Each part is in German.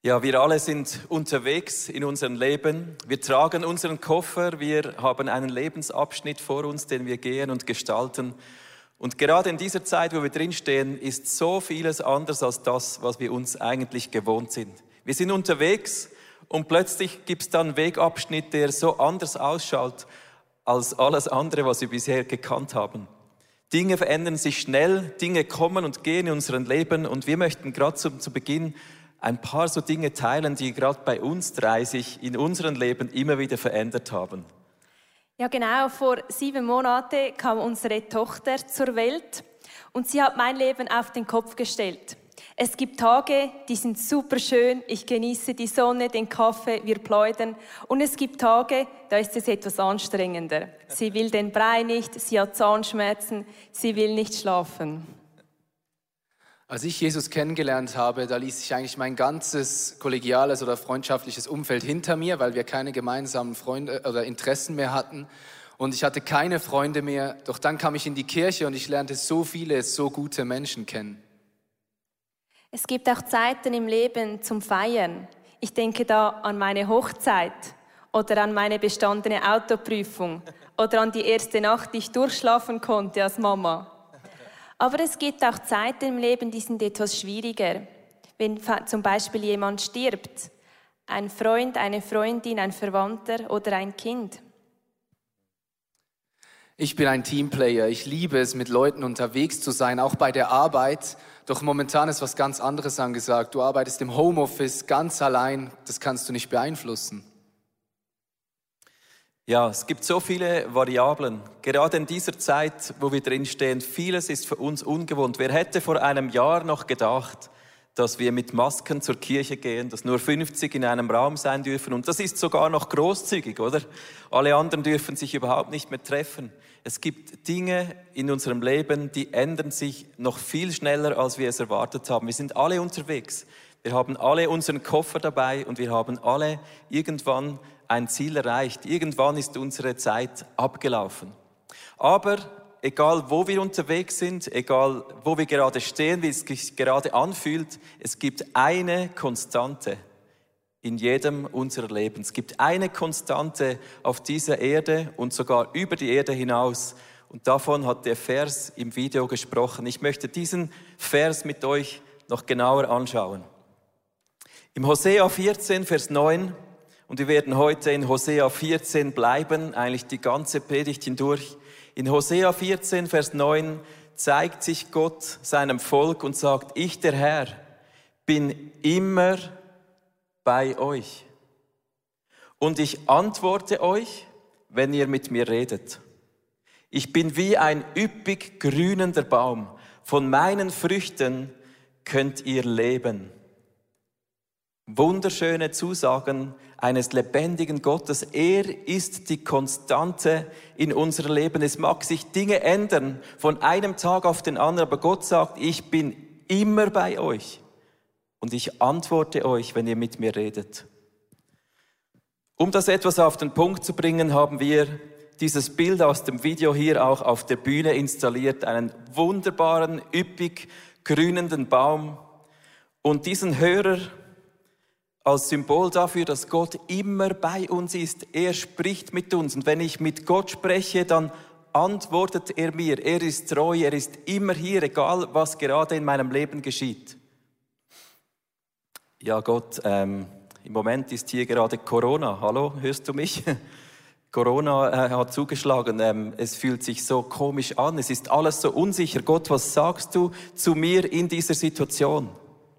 Ja, wir alle sind unterwegs in unserem Leben. Wir tragen unseren Koffer, wir haben einen Lebensabschnitt vor uns, den wir gehen und gestalten. Und gerade in dieser Zeit, wo wir drinstehen, ist so vieles anders als das, was wir uns eigentlich gewohnt sind. Wir sind unterwegs und plötzlich gibt es dann einen Wegabschnitt, der so anders ausschaut als alles andere, was wir bisher gekannt haben. Dinge verändern sich schnell, Dinge kommen und gehen in unserem Leben und wir möchten gerade zu Beginn ein paar so Dinge teilen, die gerade bei uns 30 in unserem Leben immer wieder verändert haben. Ja genau, vor 7 Monaten kam unsere Tochter zur Welt und sie hat mein Leben auf den Kopf gestellt. Es gibt Tage, die sind super schön, ich genieße die Sonne, den Kaffee, wir plaudern. Und es gibt Tage, da ist es etwas anstrengender. Sie will den Brei nicht, sie hat Zahnschmerzen, sie will nicht schlafen. Als ich Jesus kennengelernt habe, da ließ ich eigentlich mein ganzes kollegiales oder freundschaftliches Umfeld hinter mir, weil wir keine gemeinsamen Freunde oder Interessen mehr hatten. Und ich hatte keine Freunde mehr. Doch dann kam ich in die Kirche und ich lernte so viele, so gute Menschen kennen. Es gibt auch Zeiten im Leben zum Feiern. Ich denke da an meine Hochzeit oder an meine bestandene Autoprüfung oder an die erste Nacht, die ich durchschlafen konnte als Mama. Aber es gibt auch Zeiten im Leben, die sind etwas schwieriger. Wenn zum Beispiel jemand stirbt, ein Freund, eine Freundin, ein Verwandter oder ein Kind. Ich bin ein Teamplayer. Ich liebe es, mit Leuten unterwegs zu sein, auch bei der Arbeit. Doch momentan ist was ganz anderes angesagt. Du arbeitest im Homeoffice ganz allein. Das kannst du nicht beeinflussen. Ja, es gibt so viele Variablen. Gerade in dieser Zeit, wo wir drinstehen, vieles ist für uns ungewohnt. Wer hätte vor einem Jahr noch gedacht, dass wir mit Masken zur Kirche gehen, dass nur 50 in einem Raum sein dürfen? Und das ist sogar noch großzügig, oder? Alle anderen dürfen sich überhaupt nicht mehr treffen. Es gibt Dinge in unserem Leben, die ändern sich noch viel schneller, als wir es erwartet haben. Wir sind alle unterwegs. Wir haben alle unseren Koffer dabei und wir haben alle irgendwann ein Ziel erreicht. Irgendwann ist unsere Zeit abgelaufen. Aber egal wo wir unterwegs sind, egal wo wir gerade stehen, wie es sich gerade anfühlt, es gibt eine Konstante in jedem unserer Leben. Es gibt eine Konstante auf dieser Erde und sogar über die Erde hinaus. Und davon hat der Vers im Video gesprochen. Ich möchte diesen Vers mit euch noch genauer anschauen. Im Hosea 14, Vers 9, und wir werden heute in Hosea 14 bleiben, eigentlich die ganze Predigt hindurch. In Hosea 14, Vers 9 zeigt sich Gott seinem Volk und sagt, ich, der Herr, bin immer bei euch. Und ich antworte euch, wenn ihr mit mir redet. Ich bin wie ein üppig grünender Baum. Von meinen Früchten könnt ihr leben. Wunderschöne Zusagen eines lebendigen Gottes. Er ist die Konstante in unserem Leben. Es mag sich Dinge ändern von einem Tag auf den anderen, aber Gott sagt, ich bin immer bei euch und ich antworte euch, wenn ihr mit mir redet. Um das etwas auf den Punkt zu bringen, haben wir dieses Bild aus dem Video hier auch auf der Bühne installiert, einen wunderbaren, üppig grünenden Baum und diesen Hörer als Symbol dafür, dass Gott immer bei uns ist. Er spricht mit uns. Und wenn ich mit Gott spreche, dann antwortet er mir. Er ist treu, er ist immer hier, egal was gerade in meinem Leben geschieht. Ja Gott, im Moment ist hier gerade Corona. Hallo, hörst du mich? Corona hat zugeschlagen. Es fühlt sich so komisch an. Es ist alles so unsicher. Gott, was sagst du zu mir in dieser Situation?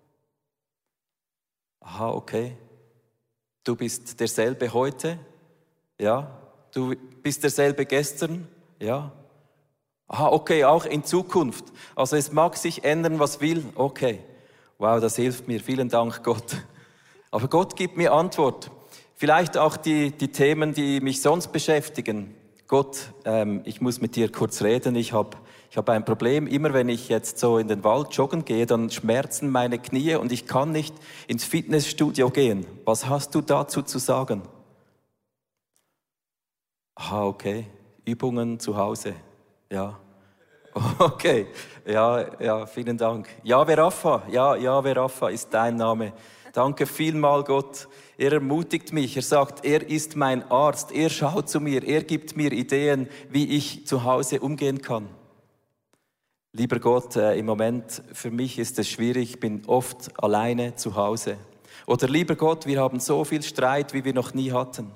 Aha, okay. Du bist derselbe heute? Ja. Du bist derselbe gestern? Ja. Aha, okay, auch in Zukunft. Also es mag sich ändern, was will. Okay. Wow, das hilft mir. Vielen Dank, Gott. Aber Gott gibt mir Antwort. Vielleicht auch die Themen, die mich sonst beschäftigen. Gott, ich muss mit dir kurz reden. Ich hab ein Problem. Immer wenn ich jetzt so in den Wald joggen gehe, dann schmerzen meine Knie und ich kann nicht ins Fitnessstudio gehen. Was hast du dazu zu sagen? Aha, okay. Übungen zu Hause. Ja. Okay. Ja, vielen Dank. Jahwe Rapha. Ja, Jahwe Rapha ist dein Name. Danke vielmal, Gott. Er ermutigt mich, er sagt, er ist mein Arzt, er schaut zu mir, er gibt mir Ideen, wie ich zu Hause umgehen kann. Lieber Gott, im Moment für mich ist es schwierig, ich bin oft alleine zu Hause. Oder lieber Gott, wir haben so viel Streit, wie wir noch nie hatten.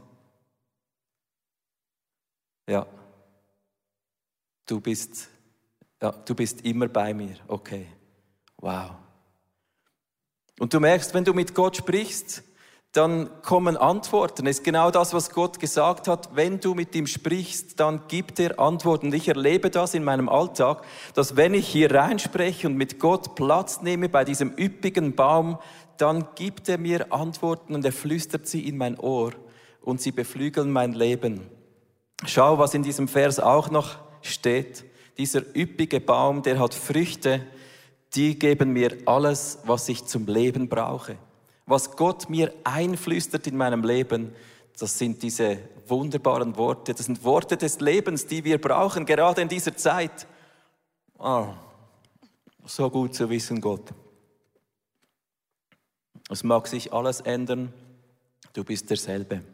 Ja, du bist immer bei mir. Okay, wow. Und du merkst, wenn du mit Gott sprichst, dann kommen Antworten. Das ist genau das, was Gott gesagt hat. Wenn du mit ihm sprichst, dann gibt er Antworten. Und ich erlebe das in meinem Alltag, dass wenn ich hier reinspreche und mit Gott Platz nehme bei diesem üppigen Baum, dann gibt er mir Antworten und er flüstert sie in mein Ohr und sie beflügeln mein Leben. Schau, was in diesem Vers auch noch steht. Dieser üppige Baum, der hat Früchte, die geben mir alles, was ich zum Leben brauche. Was Gott mir einflüstert in meinem Leben, das sind diese wunderbaren Worte. Das sind Worte des Lebens, die wir brauchen, gerade in dieser Zeit. So gut zu wissen, Gott. Es mag sich alles ändern, du bist derselbe.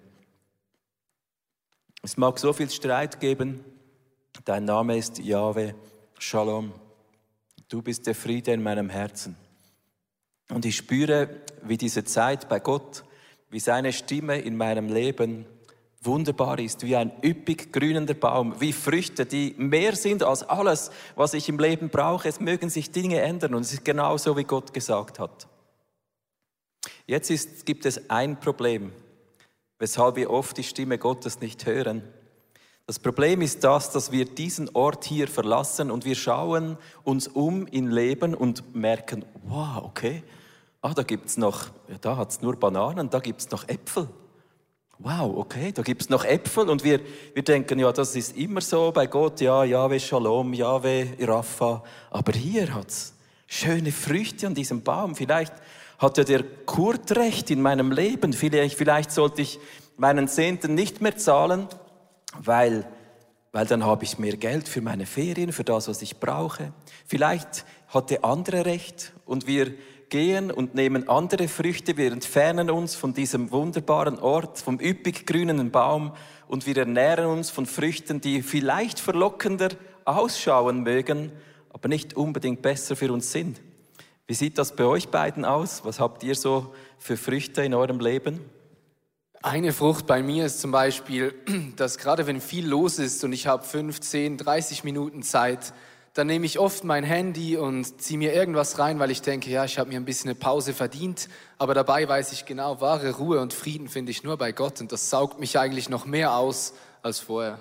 Es mag so viel Streit geben, dein Name ist Jahwe Shalom. Du bist der Friede in meinem Herzen. Und ich spüre, wie diese Zeit bei Gott, wie seine Stimme in meinem Leben wunderbar ist, wie ein üppig grünender Baum, wie Früchte, die mehr sind als alles, was ich im Leben brauche. Es mögen sich Dinge ändern und es ist genau so, wie Gott gesagt hat. Jetzt gibt es ein Problem, weshalb wir oft die Stimme Gottes nicht hören. Das Problem ist das, dass wir diesen Ort hier verlassen und wir schauen uns um im Leben und merken, wow, okay, da gibt's noch, da hat's nur Bananen, da gibt's noch Äpfel. Wow, okay, da gibt's noch Äpfel und wir denken, ja, das ist immer so bei Gott, ja, Jahwe Shalom, Jahwe Rapha, aber hier hat's schöne Früchte an diesem Baum. Vielleicht hatte der Kurt recht in meinem Leben, vielleicht sollte ich meinen Zehnten nicht mehr zahlen, weil dann habe ich mehr Geld für meine Ferien, für das, was ich brauche. Vielleicht hatte andere recht und wir gehen und nehmen andere Früchte. Wir entfernen uns von diesem wunderbaren Ort, vom üppig grünen Baum und wir ernähren uns von Früchten, die vielleicht verlockender ausschauen mögen, aber nicht unbedingt besser für uns sind. Wie sieht das bei euch beiden aus? Was habt ihr so für Früchte in eurem Leben? Eine Frucht bei mir ist zum Beispiel, dass gerade wenn viel los ist und ich habe 5, 10, 30 Minuten Zeit, dann nehme ich oft mein Handy und ziehe mir irgendwas rein, weil ich denke, ja, ich habe mir ein bisschen eine Pause verdient, aber dabei weiß ich genau, wahre Ruhe und Frieden finde ich nur bei Gott und das saugt mich eigentlich noch mehr aus als vorher.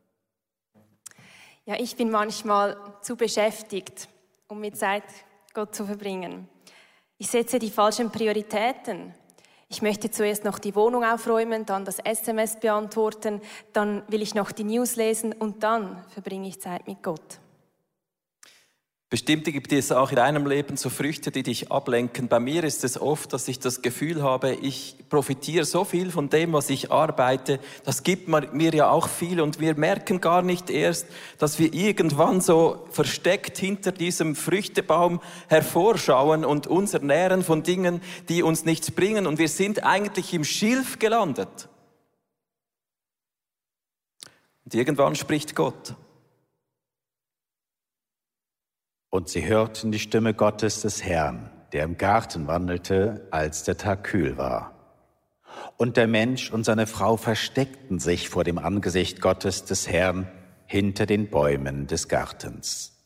Ja, ich bin manchmal zu beschäftigt, um mit Zeit Gott zu verbringen. Ich setze die falschen Prioritäten. Ich möchte zuerst noch die Wohnung aufräumen, dann das SMS beantworten, dann will ich noch die News lesen und dann verbringe ich Zeit mit Gott. Bestimmt gibt es auch in deinem Leben so Früchte, die dich ablenken. Bei mir ist es oft, dass ich das Gefühl habe, ich profitiere so viel von dem, was ich arbeite. Das gibt mir ja auch viel und wir merken gar nicht erst, dass wir irgendwann so versteckt hinter diesem Früchtebaum hervorschauen und uns ernähren von Dingen, die uns nichts bringen. Und wir sind eigentlich im Schilf gelandet. Und irgendwann spricht Gott. Und sie hörten die Stimme Gottes des Herrn, der im Garten wandelte, als der Tag kühl war. Und der Mensch und seine Frau versteckten sich vor dem Angesicht Gottes des Herrn hinter den Bäumen des Gartens.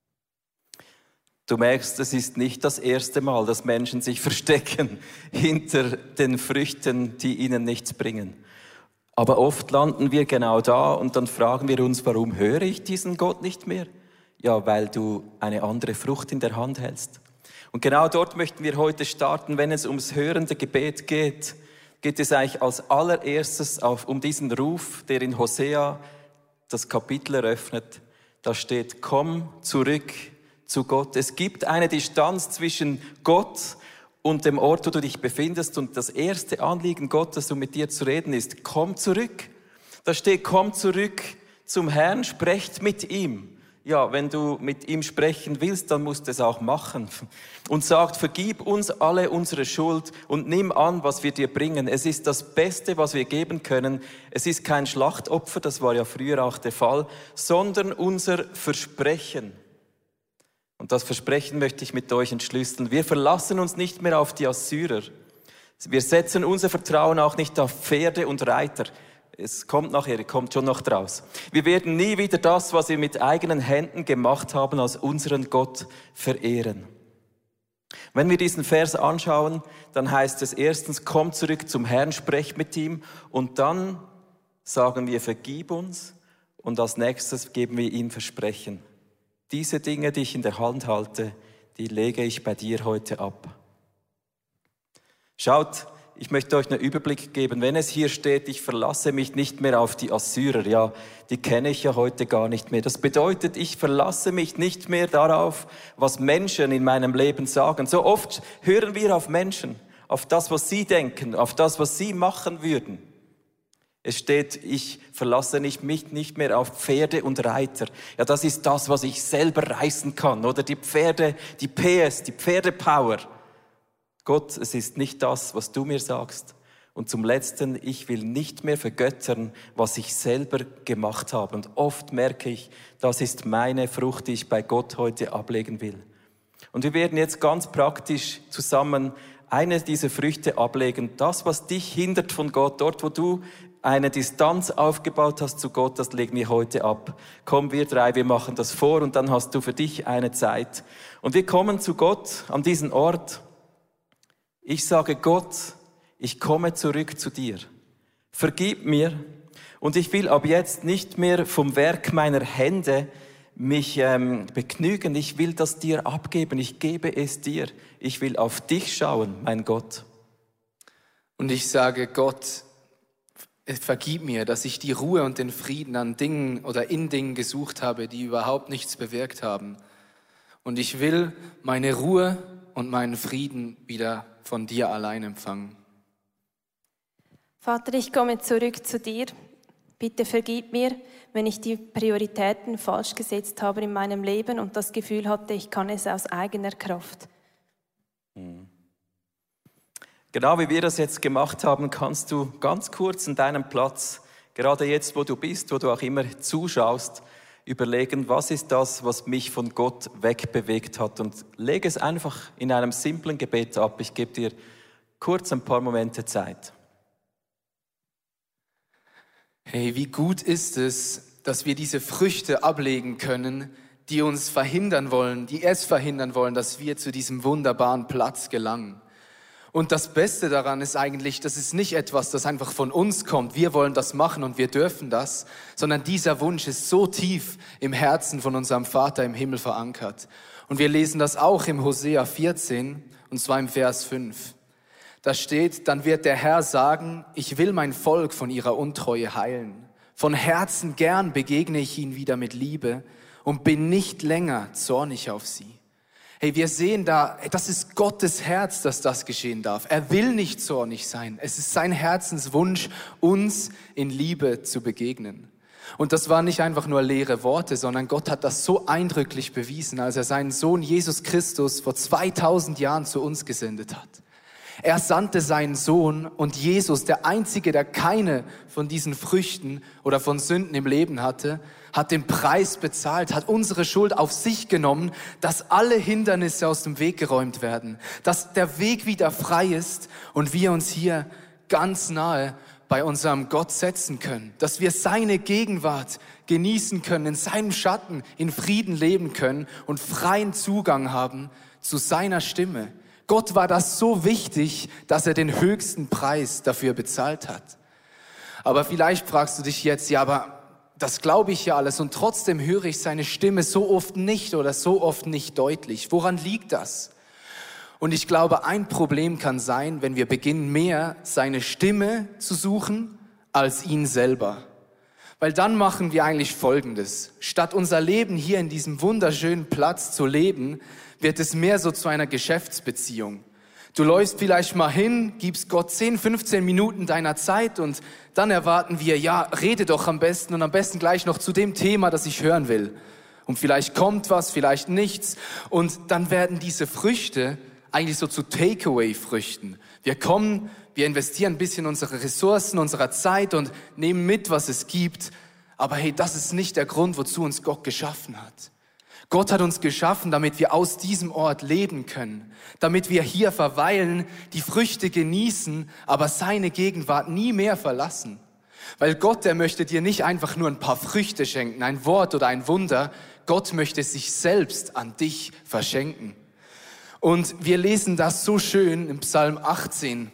Du merkst, es ist nicht das erste Mal, dass Menschen sich verstecken hinter den Früchten, die ihnen nichts bringen. Aber oft landen wir genau da und dann fragen wir uns, warum höre ich diesen Gott nicht mehr? Ja, weil du eine andere Frucht in der Hand hältst. Und genau dort möchten wir heute starten. Wenn es ums hörende Gebet geht, geht es eigentlich als allererstes um diesen Ruf, der in Hosea das Kapitel eröffnet. Da steht, komm zurück zu Gott. Es gibt eine Distanz zwischen Gott und dem Ort, wo du dich befindest. Und das erste Anliegen Gottes, um mit dir zu reden, ist, komm zurück. Da steht, komm zurück zum Herrn, sprecht mit ihm. Ja, wenn du mit ihm sprechen willst, dann musst du es auch machen. Und sagt, vergib uns alle unsere Schuld und nimm an, was wir dir bringen. Es ist das Beste, was wir geben können. Es ist kein Schlachtopfer, das war ja früher auch der Fall, sondern unser Versprechen. Und das Versprechen möchte ich mit euch entschlüsseln. Wir verlassen uns nicht mehr auf die Assyrer. Wir setzen unser Vertrauen auch nicht auf Pferde und Reiter. Es kommt nachher, kommt schon noch draus. Wir werden nie wieder das, was wir mit eigenen Händen gemacht haben, als unseren Gott verehren. Wenn wir diesen Vers anschauen, dann heißt es erstens, komm zurück zum Herrn, sprech mit ihm. Und dann sagen wir, vergib uns. Und als nächstes geben wir ihm Versprechen. Diese Dinge, die ich in der Hand halte, die lege ich bei dir heute ab. Schaut, ich möchte euch einen Überblick geben. Wenn es hier steht, ich verlasse mich nicht mehr auf die Assyrer, ja, die kenne ich ja heute gar nicht mehr. Das bedeutet, ich verlasse mich nicht mehr darauf, was Menschen in meinem Leben sagen. So oft hören wir auf Menschen, auf das, was sie denken, auf das, was sie machen würden. Es steht, ich verlasse mich nicht mehr auf Pferde und Reiter. Ja, das ist das, was ich selber reißen kann. Oder die Pferde, die PS, die Pferdepower. Gott, es ist nicht das, was du mir sagst. Und zum Letzten, ich will nicht mehr vergöttern, was ich selber gemacht habe. Und oft merke ich, das ist meine Frucht, die ich bei Gott heute ablegen will. Und wir werden jetzt ganz praktisch zusammen eine dieser Früchte ablegen. Das, was dich hindert von Gott, dort, wo du eine Distanz aufgebaut hast zu Gott, das legen wir heute ab. Komm, wir drei, wir machen das vor und dann hast du für dich eine Zeit. Und wir kommen zu Gott an diesen Ort. Ich sage, Gott, ich komme zurück zu dir. Vergib mir und ich will ab jetzt nicht mehr vom Werk meiner Hände mich begnügen. Ich will das dir abgeben. Ich gebe es dir. Ich will auf dich schauen, mein Gott. Und ich sage, Gott, vergib mir, dass ich die Ruhe und den Frieden an Dingen oder in Dingen gesucht habe, die überhaupt nichts bewirkt haben. Und ich will meine Ruhe und meinen Frieden wieder von dir allein empfangen. Vater, ich komme zurück zu dir. Bitte vergib mir, wenn ich die Prioritäten falsch gesetzt habe in meinem Leben und das Gefühl hatte, ich kann es aus eigener Kraft. Genau wie wir das jetzt gemacht haben, kannst du ganz kurz an deinem Platz, gerade jetzt, wo du bist, wo du auch immer zuschaust, überlegen, was ist das, was mich von Gott wegbewegt hat, und lege es einfach in einem simplen Gebet ab. Ich gebe dir kurz ein paar Momente Zeit. Hey, wie gut ist es, dass wir diese Früchte ablegen können, die uns verhindern wollen, die es verhindern wollen, dass wir zu diesem wunderbaren Platz gelangen. Und das Beste daran ist eigentlich, das ist nicht etwas, das einfach von uns kommt. Wir wollen das machen und wir dürfen das, sondern dieser Wunsch ist so tief im Herzen von unserem Vater im Himmel verankert. Und wir lesen das auch im Hosea 14, und zwar im Vers 5. Da steht, dann wird der Herr sagen, ich will mein Volk von ihrer Untreue heilen. Von Herzen gern begegne ich ihnen wieder mit Liebe und bin nicht länger zornig auf sie. Hey, wir sehen da, das ist Gottes Herz, dass das geschehen darf. Er will nicht zornig sein. Es ist sein Herzenswunsch, uns in Liebe zu begegnen. Und das waren nicht einfach nur leere Worte, sondern Gott hat das so eindrücklich bewiesen, als er seinen Sohn Jesus Christus vor 2000 Jahren zu uns gesendet hat. Er sandte seinen Sohn, und Jesus, der Einzige, der keine von diesen Früchten oder von Sünden im Leben hatte, hat den Preis bezahlt, hat unsere Schuld auf sich genommen, dass alle Hindernisse aus dem Weg geräumt werden, dass der Weg wieder frei ist und wir uns hier ganz nahe bei unserem Gott setzen können, dass wir seine Gegenwart genießen können, in seinem Schatten in Frieden leben können und freien Zugang haben zu seiner Stimme. Gott war das so wichtig, dass er den höchsten Preis dafür bezahlt hat. Aber vielleicht fragst du dich jetzt, ja, aber das glaube ich ja alles und trotzdem höre ich seine Stimme so oft nicht oder so oft nicht deutlich. Woran liegt das? Und ich glaube, ein Problem kann sein, wenn wir beginnen, mehr seine Stimme zu suchen als ihn selber. Weil dann machen wir eigentlich Folgendes. Statt unser Leben hier in diesem wunderschönen Platz zu leben, wird es mehr so zu einer Geschäftsbeziehung. Du läufst vielleicht mal hin, gibst Gott 10, 15 Minuten deiner Zeit und dann erwarten wir, ja, rede doch am besten und am besten gleich noch zu dem Thema, das ich hören will. Und vielleicht kommt was, vielleicht nichts. Und dann werden diese Früchte eigentlich so zu Takeaway-Früchten. Wir kommen, wir investieren ein bisschen unsere Ressourcen, unserer Zeit und nehmen mit, was es gibt. Aber hey, das ist nicht der Grund, wozu uns Gott geschaffen hat. Gott hat uns geschaffen, damit wir aus diesem Ort leben können. Damit wir hier verweilen, die Früchte genießen, aber seine Gegenwart nie mehr verlassen. Weil Gott, der möchte dir nicht einfach nur ein paar Früchte schenken, ein Wort oder ein Wunder. Gott möchte sich selbst an dich verschenken. Und wir lesen das so schön im Psalm 18.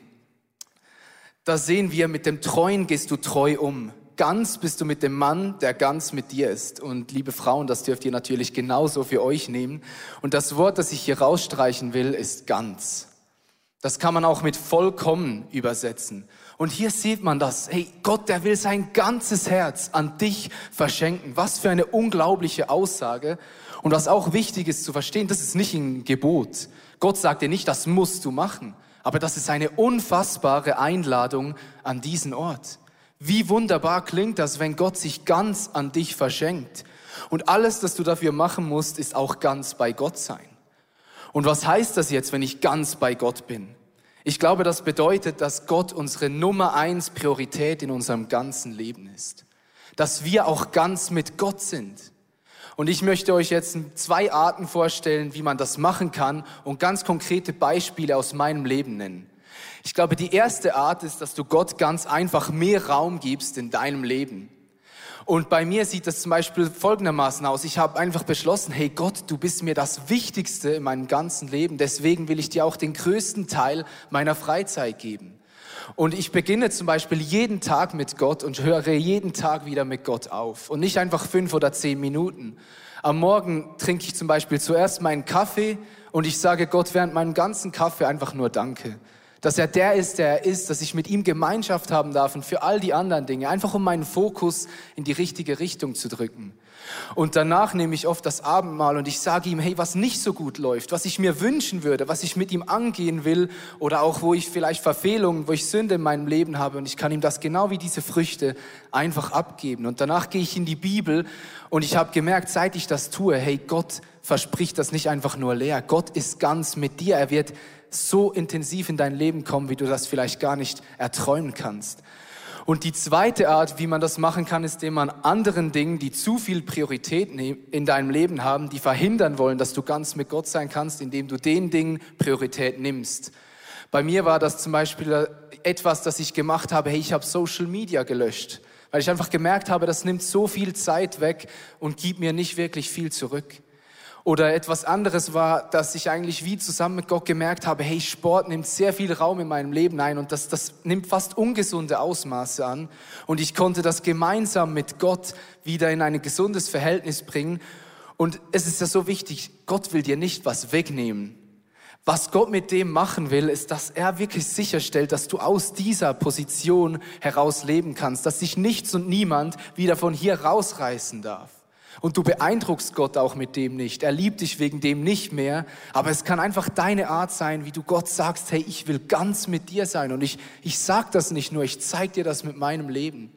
Da sehen wir, mit dem Treuen gehst du treu um. Ganz bist du mit dem Mann, der ganz mit dir ist. Und liebe Frauen, das dürft ihr natürlich genauso für euch nehmen. Und das Wort, das ich hier rausstreichen will, ist ganz. Das kann man auch mit vollkommen übersetzen. Und hier sieht man das. Hey, Gott, der will sein ganzes Herz an dich verschenken. Was für eine unglaubliche Aussage. Und was auch wichtig ist zu verstehen, das ist nicht ein Gebot. Gott sagt dir nicht, das musst du machen. Aber das ist eine unfassbare Einladung an diesen Ort. Wie wunderbar klingt das, wenn Gott sich ganz an dich verschenkt. Und alles, was du dafür machen musst, ist auch ganz bei Gott sein. Und was heißt das jetzt, wenn ich ganz bei Gott bin? Ich glaube, das bedeutet, dass Gott unsere Nummer 1 Priorität in unserem ganzen Leben ist. Dass wir auch ganz mit Gott sind. Und ich möchte euch jetzt 2 Arten vorstellen, wie man das machen kann und ganz konkrete Beispiele aus meinem Leben nennen. Ich glaube, die erste Art ist, dass du Gott ganz einfach mehr Raum gibst in deinem Leben. Und bei mir sieht das zum Beispiel folgendermaßen aus. Ich habe einfach beschlossen, hey Gott, du bist mir das Wichtigste in meinem ganzen Leben. Deswegen will ich dir auch den größten Teil meiner Freizeit geben. Und ich beginne zum Beispiel jeden Tag mit Gott und höre jeden Tag wieder mit Gott auf. Und nicht einfach 5 oder 10 Minuten. Am Morgen trinke ich zum Beispiel zuerst meinen Kaffee und ich sage Gott während meinem ganzen Kaffee einfach nur Danke. Dass er der ist, der er ist, dass ich mit ihm Gemeinschaft haben darf und für all die anderen Dinge, einfach um meinen Fokus in die richtige Richtung zu drücken. Und danach nehme ich oft das Abendmahl und ich sage ihm, hey, was nicht so gut läuft, was ich mir wünschen würde, was ich mit ihm angehen will oder auch wo ich vielleicht Verfehlungen, wo ich Sünde in meinem Leben habe und ich kann ihm das genau wie diese Früchte einfach abgeben. Und danach gehe ich in die Bibel und ich habe gemerkt, seit ich das tue, hey, Gott verspricht das nicht einfach nur leer. Gott ist ganz mit dir, er wird so intensiv in dein Leben kommen, wie du das vielleicht gar nicht erträumen kannst. Und die zweite Art, wie man das machen kann, ist, indem man anderen Dingen, die zu viel Priorität in deinem Leben haben, die verhindern wollen, dass du ganz mit Gott sein kannst, indem du den Dingen Priorität nimmst. Bei mir war das zum Beispiel etwas, das ich gemacht habe, hey, ich habe Social Media gelöscht, weil ich einfach gemerkt habe, das nimmt so viel Zeit weg und gibt mir nicht wirklich viel zurück. Oder etwas anderes war, dass ich eigentlich wie zusammen mit Gott gemerkt habe, hey, Sport nimmt sehr viel Raum in meinem Leben ein und das nimmt fast ungesunde Ausmaße an. Und ich konnte das gemeinsam mit Gott wieder in ein gesundes Verhältnis bringen. Und es ist ja so wichtig, Gott will dir nicht was wegnehmen. Was Gott mit dem machen will, ist, dass er wirklich sicherstellt, dass du aus dieser Position heraus leben kannst, dass sich nichts und niemand wieder von hier rausreißen darf. Und du beeindruckst Gott auch mit dem nicht. Er liebt dich wegen dem nicht mehr. Aber es kann einfach deine Art sein, wie du Gott sagst, hey, ich will ganz mit dir sein. Und ich sag das nicht nur, ich zeig dir das mit meinem Leben.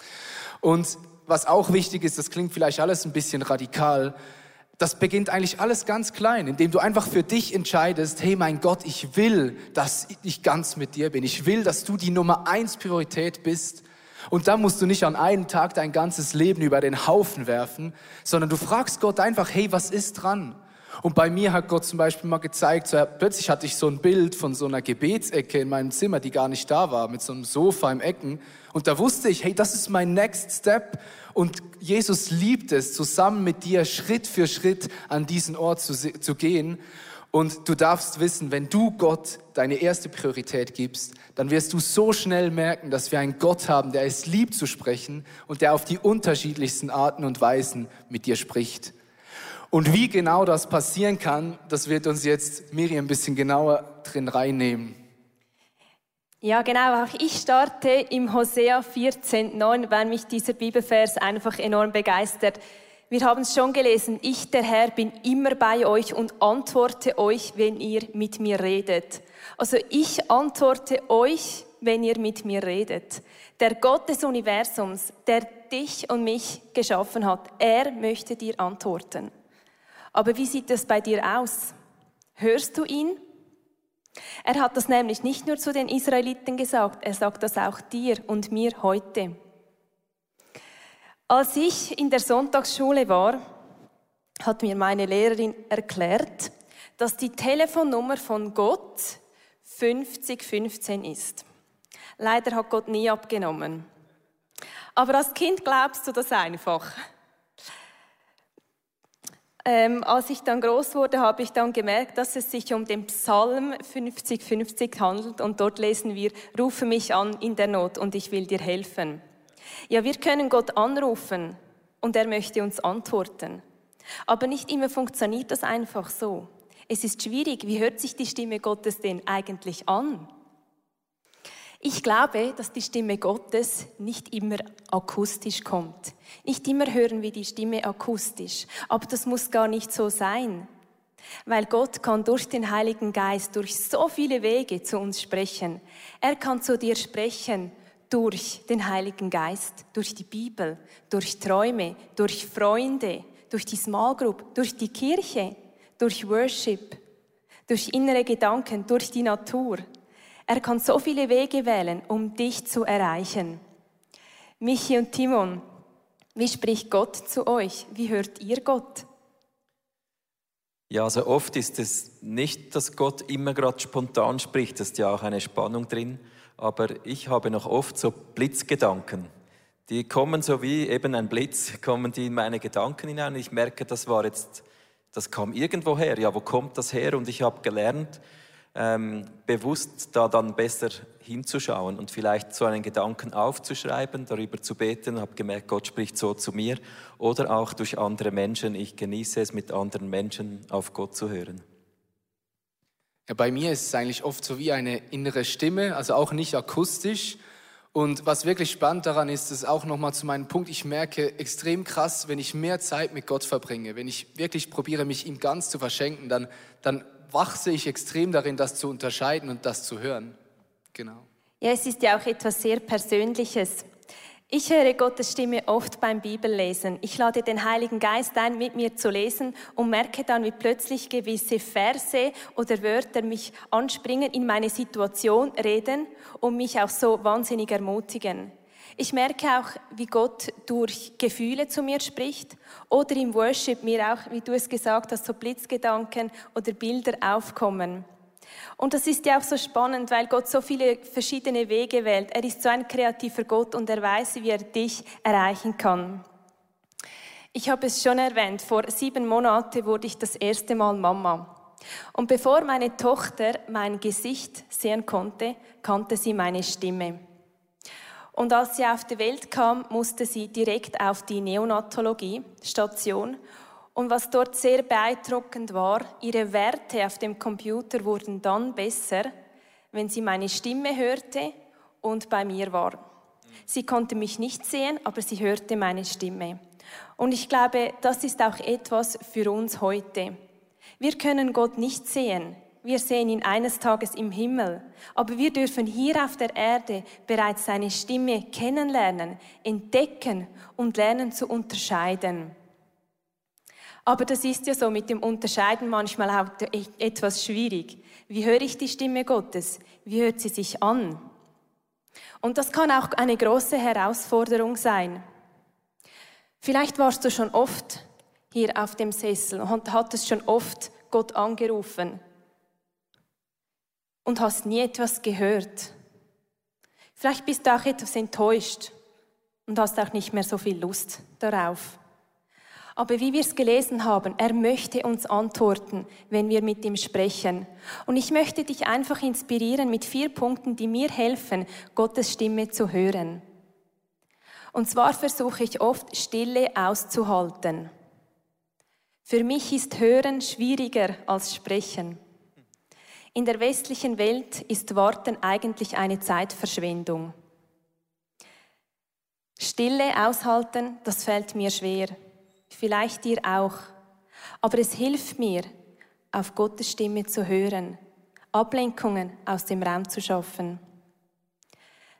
Und was auch wichtig ist, das klingt vielleicht alles ein bisschen radikal, das beginnt eigentlich alles ganz klein, indem du einfach für dich entscheidest, hey mein Gott, ich will, dass ich ganz mit dir bin. Ich will, dass du die Nummer 1 Priorität bist. Und dann musst du nicht an einem Tag dein ganzes Leben über den Haufen werfen, sondern du fragst Gott einfach, hey, was ist dran? Und bei mir hat Gott zum Beispiel mal gezeigt, plötzlich hatte ich so ein Bild von so einer Gebetsecke in meinem Zimmer, die gar nicht da war, mit so einem Sofa im Ecken. Und da wusste ich, hey, das ist mein Next Step. Und Jesus liebt es, zusammen mit dir Schritt für Schritt an diesen Ort zu gehen. Und du darfst wissen, wenn du Gott deine erste Priorität gibst, dann wirst du so schnell merken, dass wir einen Gott haben, der es liebt zu sprechen und der auf die unterschiedlichsten Arten und Weisen mit dir spricht. Und wie genau das passieren kann, das wird uns jetzt Miriam ein bisschen genauer drin reinnehmen. Ja, genau. Auch ich starte im Hosea 14,9, weil mich dieser Bibelvers einfach enorm begeistert. Wir haben es schon gelesen, ich, der Herr, bin immer bei euch und antworte euch, wenn ihr mit mir redet. Also ich antworte euch wenn ihr mit mir redet. Der Gott des Universums, der dich und mich geschaffen hat, er möchte dir antworten. Aber wie sieht es bei dir aus? Hörst du ihn? Er hat das nämlich nicht nur zu den Israeliten gesagt, er sagt das auch dir und mir heute. Als ich in der Sonntagsschule war, hat mir meine Lehrerin erklärt, dass die Telefonnummer von Gott 5015 ist. Leider hat Gott nie abgenommen. Aber als Kind glaubst du das einfach. Als ich dann groß wurde, habe ich dann gemerkt, dass es sich um den Psalm 5050 handelt und dort lesen wir, rufe mich an in der Not und ich will dir helfen. Ja, wir können Gott anrufen und er möchte uns antworten. Aber nicht immer funktioniert das einfach so. Es ist schwierig, wie hört sich die Stimme Gottes denn eigentlich an? Ich glaube, dass die Stimme Gottes nicht immer akustisch kommt. Nicht immer hören wir die Stimme akustisch. Aber das muss gar nicht so sein. Weil Gott kann durch den Heiligen Geist, durch so viele Wege zu uns sprechen. Er kann zu dir sprechen durch den Heiligen Geist, durch die Bibel, durch Träume, durch Freunde, durch die Small Group, durch die Kirche, durch Worship, durch innere Gedanken, durch die Natur. Er kann so viele Wege wählen, um dich zu erreichen. Michi und Timon, wie spricht Gott zu euch? Wie hört ihr Gott? Ja, also oft ist es nicht, dass Gott immer gerade spontan spricht, da ist ja auch eine Spannung drin, aber ich habe noch oft so Blitzgedanken. Die kommen so wie eben ein Blitz, kommen die in meine Gedanken hinein und ich merke, das kam irgendwo her. Ja, wo kommt das her? Und ich habe gelernt, bewusst da dann besser hinzuschauen und vielleicht so einen Gedanken aufzuschreiben, darüber zu beten, habe gemerkt, Gott spricht so zu mir oder auch durch andere Menschen. Ich genieße es, mit anderen Menschen auf Gott zu hören. Ja, bei mir ist es eigentlich oft so wie eine innere Stimme, also auch nicht akustisch. Und was wirklich spannend daran ist, ist auch nochmal zu meinem Punkt, ich merke extrem krass, wenn ich mehr Zeit mit Gott verbringe, wenn ich wirklich probiere, mich ihm ganz zu verschenken, dann wachse ich extrem darin, das zu unterscheiden und das zu hören. Genau. Ja, es ist ja auch etwas sehr Persönliches. Ich höre Gottes Stimme oft beim Bibellesen. Ich lade den Heiligen Geist ein, mit mir zu lesen und merke dann, wie plötzlich gewisse Verse oder Wörter mich anspringen, in meine Situation reden und mich auch so wahnsinnig ermutigen. Ich merke auch, wie Gott durch Gefühle zu mir spricht oder im Worship mir auch, wie du es gesagt hast, so Blitzgedanken oder Bilder aufkommen. Und das ist ja auch so spannend, weil Gott so viele verschiedene Wege wählt. Er ist so ein kreativer Gott und er weiß, wie er dich erreichen kann. Ich habe es schon erwähnt, vor 7 Monaten wurde ich das erste Mal Mama. Und bevor meine Tochter mein Gesicht sehen konnte, kannte sie meine Stimme. Und als sie auf die Welt kam, musste sie direkt auf die Neonatologie-Station. Und was dort sehr beeindruckend war, ihre Werte auf dem Computer wurden dann besser, wenn sie meine Stimme hörte und bei mir war. Sie konnte mich nicht sehen, aber sie hörte meine Stimme. Und ich glaube, das ist auch etwas für uns heute. Wir können Gott nicht sehen. Wir sehen ihn eines Tages im Himmel. Aber wir dürfen hier auf der Erde bereits seine Stimme kennenlernen, entdecken und lernen zu unterscheiden. Aber das ist ja so mit dem Unterscheiden manchmal auch etwas schwierig. Wie höre ich die Stimme Gottes? Wie hört sie sich an? Und das kann auch eine große Herausforderung sein. Vielleicht warst du schon oft hier auf dem Sessel und hattest schon oft Gott angerufen und hast nie etwas gehört. Vielleicht bist du auch etwas enttäuscht und hast auch nicht mehr so viel Lust darauf. Aber wie wir es gelesen haben, er möchte uns antworten, wenn wir mit ihm sprechen. Und ich möchte dich einfach inspirieren mit 4 Punkten, die mir helfen, Gottes Stimme zu hören. Und zwar versuche ich oft, Stille auszuhalten. Für mich ist Hören schwieriger als Sprechen. In der westlichen Welt ist Warten eigentlich eine Zeitverschwendung. Stille aushalten, das fällt mir schwer. Vielleicht dir auch. Aber es hilft mir, auf Gottes Stimme zu hören, Ablenkungen aus dem Raum zu schaffen.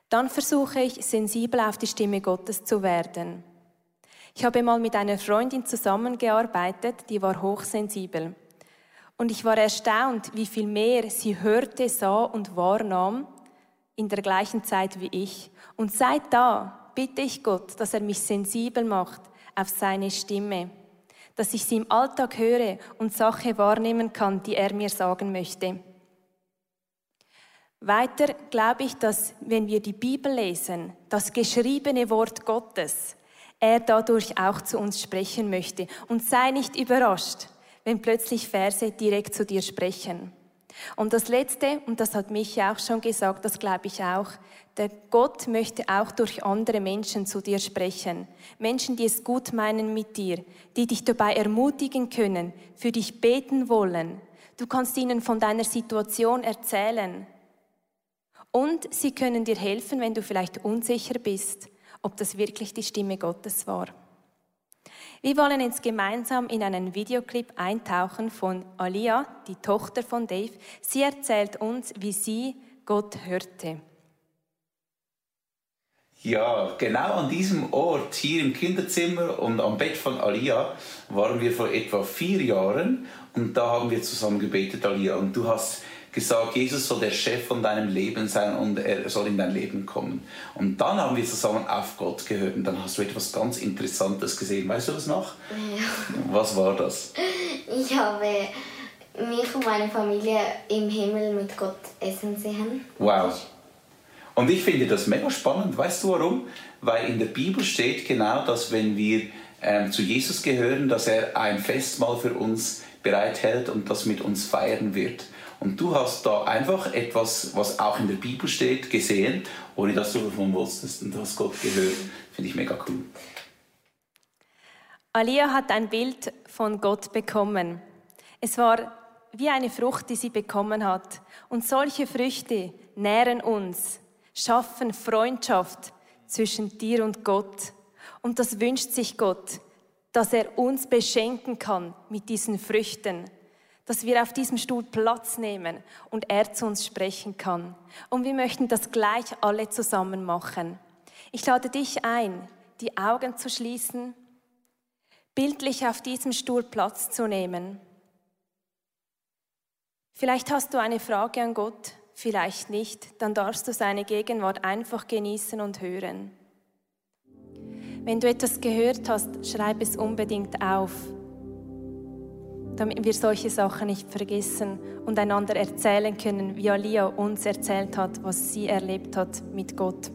Dann versuche ich, sensibel auf die Stimme Gottes zu werden. Ich habe mal mit einer Freundin zusammengearbeitet, die war hochsensibel. Und ich war erstaunt, wie viel mehr sie hörte, sah und wahrnahm in der gleichen Zeit wie ich. Und seit da bitte ich Gott, dass er mich sensibel macht auf seine Stimme, dass ich sie im Alltag höre und Sachen wahrnehmen kann, die er mir sagen möchte. Weiter glaube ich, dass, wenn wir die Bibel lesen, das geschriebene Wort Gottes, er dadurch auch zu uns sprechen möchte. Und sei nicht überrascht, wenn plötzlich Verse direkt zu dir sprechen. Und das Letzte, und das hat Michi auch schon gesagt, das glaube ich auch, der Gott möchte auch durch andere Menschen zu dir sprechen. Menschen, die es gut meinen mit dir, die dich dabei ermutigen können, für dich beten wollen. Du kannst ihnen von deiner Situation erzählen. Und sie können dir helfen, wenn du vielleicht unsicher bist, ob das wirklich die Stimme Gottes war. Wir wollen jetzt gemeinsam in einen Videoclip eintauchen von Alia, die Tochter von Dave. Sie erzählt uns, wie sie Gott hörte. Ja, genau an diesem Ort, hier im Kinderzimmer und am Bett von Alia, waren wir vor etwa 4 Jahren und da haben wir zusammen gebetet, Alia. Und du hast gesagt, Jesus soll der Chef von deinem Leben sein und er soll in dein Leben kommen. Und dann haben wir zusammen auf Gott gehört und dann hast du etwas ganz Interessantes gesehen. Weißt du das noch? Ja. Was war das? Ich habe mich und meine Familie im Himmel mit Gott essen sehen. Wow. Und ich finde das mega spannend. Weißt du warum? Weil in der Bibel steht genau, dass wenn wir zu Jesus gehören, dass er ein Festmahl für uns bereithält und das mit uns feiern wird. Und du hast da einfach etwas, was auch in der Bibel steht, gesehen, ohne dass du davon wusstest und du hast Gott gehört. Finde ich mega cool. Alia hat ein Bild von Gott bekommen. Es war wie eine Frucht, die sie bekommen hat. Und solche Früchte nähren uns, schaffen Freundschaft zwischen dir und Gott. Und das wünscht sich Gott, dass er uns beschenken kann mit diesen Früchten. Dass wir auf diesem Stuhl Platz nehmen und er zu uns sprechen kann. Und wir möchten das gleich alle zusammen machen. Ich lade dich ein, die Augen zu schließen, bildlich auf diesem Stuhl Platz zu nehmen. Vielleicht hast du eine Frage an Gott, vielleicht nicht, dann darfst du seine Gegenwart einfach genießen und hören. Wenn du etwas gehört hast, schreib es unbedingt auf, damit wir solche Sachen nicht vergessen und einander erzählen können, wie Alia uns erzählt hat, was sie erlebt hat mit Gott.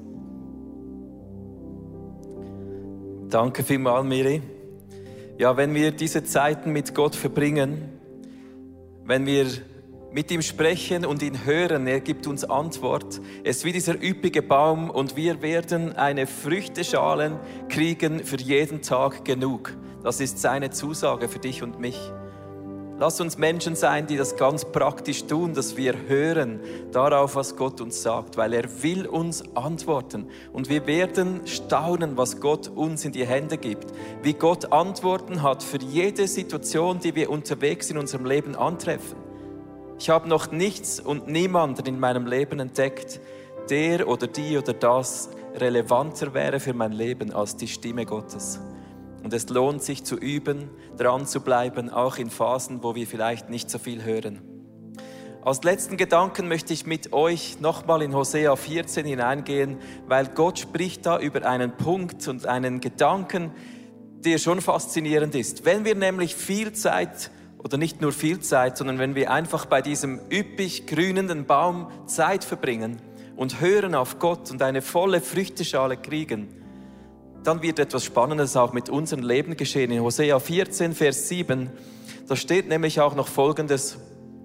Danke vielmals, Miri. Ja, wenn wir diese Zeiten mit Gott verbringen, wenn wir mit ihm sprechen und ihn hören, er gibt uns Antwort. Er ist wie dieser üppige Baum und wir werden eine Früchteschalen kriegen für jeden Tag genug. Das ist seine Zusage für dich und mich. Lass uns Menschen sein, die das ganz praktisch tun, dass wir hören darauf, was Gott uns sagt, weil er will uns antworten. Und wir werden staunen, was Gott uns in die Hände gibt, wie Gott Antworten hat für jede Situation, die wir unterwegs in unserem Leben antreffen. Ich habe noch nichts und niemanden in meinem Leben entdeckt, der oder die oder das relevanter wäre für mein Leben als die Stimme Gottes. Und es lohnt sich zu üben, dran zu bleiben, auch in Phasen, wo wir vielleicht nicht so viel hören. Als letzten Gedanken möchte ich mit euch nochmal in Hosea 14 hineingehen, weil Gott spricht da über einen Punkt und einen Gedanken, der schon faszinierend ist. Wenn wir nämlich viel Zeit, oder nicht nur viel Zeit, sondern wenn wir einfach bei diesem üppig grünenden Baum Zeit verbringen und hören auf Gott und eine volle Früchteschale kriegen, dann wird etwas Spannendes auch mit unserem Leben geschehen. In Hosea 14, Vers 7, da steht nämlich auch noch Folgendes.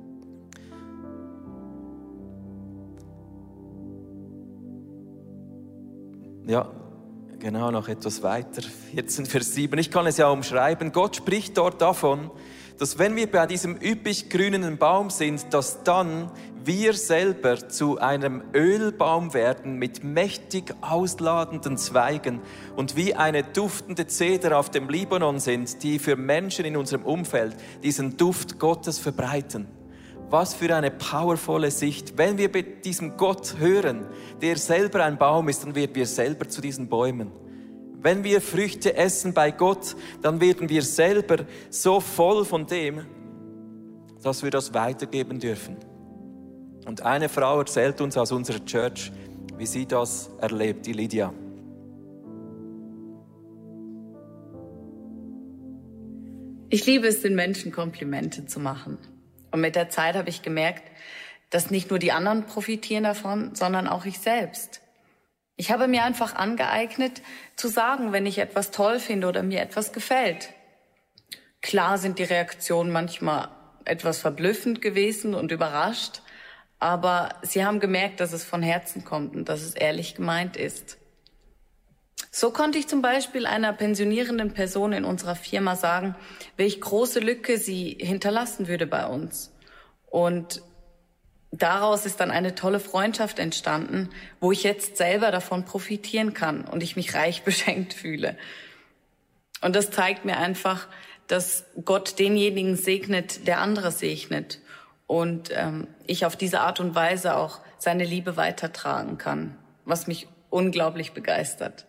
Ja, genau, noch etwas weiter. 14, Vers 7. Ich kann es ja umschreiben. Gott spricht dort davon, dass wenn wir bei diesem üppig grünenden Baum sind, dass dann wir selber zu einem Ölbaum werden mit mächtig ausladenden Zweigen und wie eine duftende Zeder auf dem Libanon sind, die für Menschen in unserem Umfeld diesen Duft Gottes verbreiten. Was für eine powervolle Sicht. Wenn wir bei diesem Gott hören, der selber ein Baum ist, dann werden wir selber zu diesen Bäumen. Wenn wir Früchte essen bei Gott, dann werden wir selber so voll von dem, dass wir das weitergeben dürfen. Und eine Frau erzählt uns aus unserer Church, wie sie das erlebt, die Lydia. Ich liebe es, den Menschen Komplimente zu machen. Und mit der Zeit habe ich gemerkt, dass nicht nur die anderen profitieren davon, sondern auch ich selbst. Ich habe mir einfach angeeignet, zu sagen, wenn ich etwas toll finde oder mir etwas gefällt. Klar sind die Reaktionen manchmal etwas verblüffend gewesen und überrascht, aber sie haben gemerkt, dass es von Herzen kommt und dass es ehrlich gemeint ist. So konnte ich zum Beispiel einer pensionierenden Person in unserer Firma sagen, welche große Lücke sie hinterlassen würde bei uns. Und daraus ist dann eine tolle Freundschaft entstanden, wo ich jetzt selber davon profitieren kann und ich mich reich beschenkt fühle. Und das zeigt mir einfach, dass Gott denjenigen segnet, der andere segnet. Und ich auf diese Art und Weise auch seine Liebe weitertragen kann, was mich unglaublich begeistert.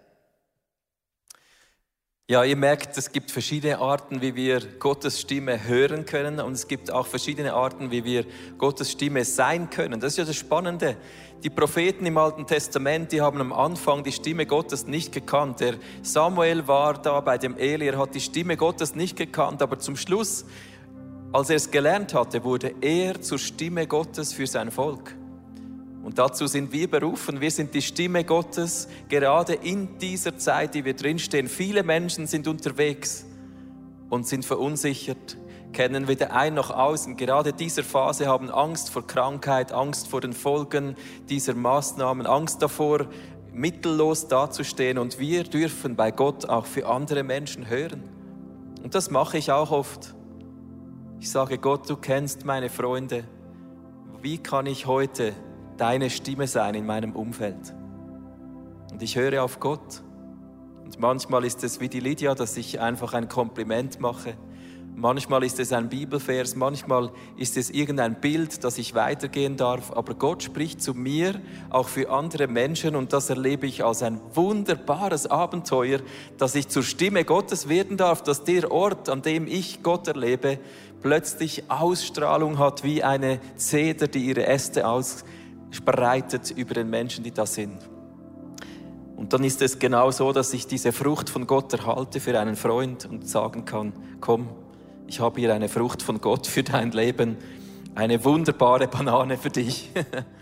Ja, ihr merkt, es gibt verschiedene Arten, wie wir Gottes Stimme hören können und es gibt auch verschiedene Arten, wie wir Gottes Stimme sein können. Das ist ja das Spannende. Die Propheten im Alten Testament, die haben am Anfang die Stimme Gottes nicht gekannt. Der Samuel war da bei dem Eli, er hat die Stimme Gottes nicht gekannt, aber zum Schluss, als er es gelernt hatte, wurde er zur Stimme Gottes für sein Volk. Und dazu sind wir berufen. Wir sind die Stimme Gottes, gerade in dieser Zeit, die wir drinstehen. Viele Menschen sind unterwegs und sind verunsichert, kennen weder ein noch aus. In gerade dieser Phase haben Angst vor Krankheit, Angst vor den Folgen dieser Maßnahmen, Angst davor, mittellos dazustehen. Und wir dürfen bei Gott auch für andere Menschen hören. Und das mache ich auch oft. Ich sage, Gott, du kennst meine Freunde. Wie kann ich heute deine Stimme sein in meinem Umfeld? Und ich höre auf Gott. Und manchmal ist es wie die Lydia, dass ich einfach ein Kompliment mache. Manchmal ist es ein Bibelvers, manchmal ist es irgendein Bild, das ich weitergehen darf. Aber Gott spricht zu mir, auch für andere Menschen. Und das erlebe ich als ein wunderbares Abenteuer, dass ich zur Stimme Gottes werden darf, dass der Ort, an dem ich Gott erlebe, plötzlich Ausstrahlung hat wie eine Zeder, die ihre Äste ausbreitet über den Menschen, die da sind. Und dann ist es genau so, dass ich diese Frucht von Gott erhalte für einen Freund und sagen kann, komm, ich habe hier eine Frucht von Gott für dein Leben, eine wunderbare Banane für dich.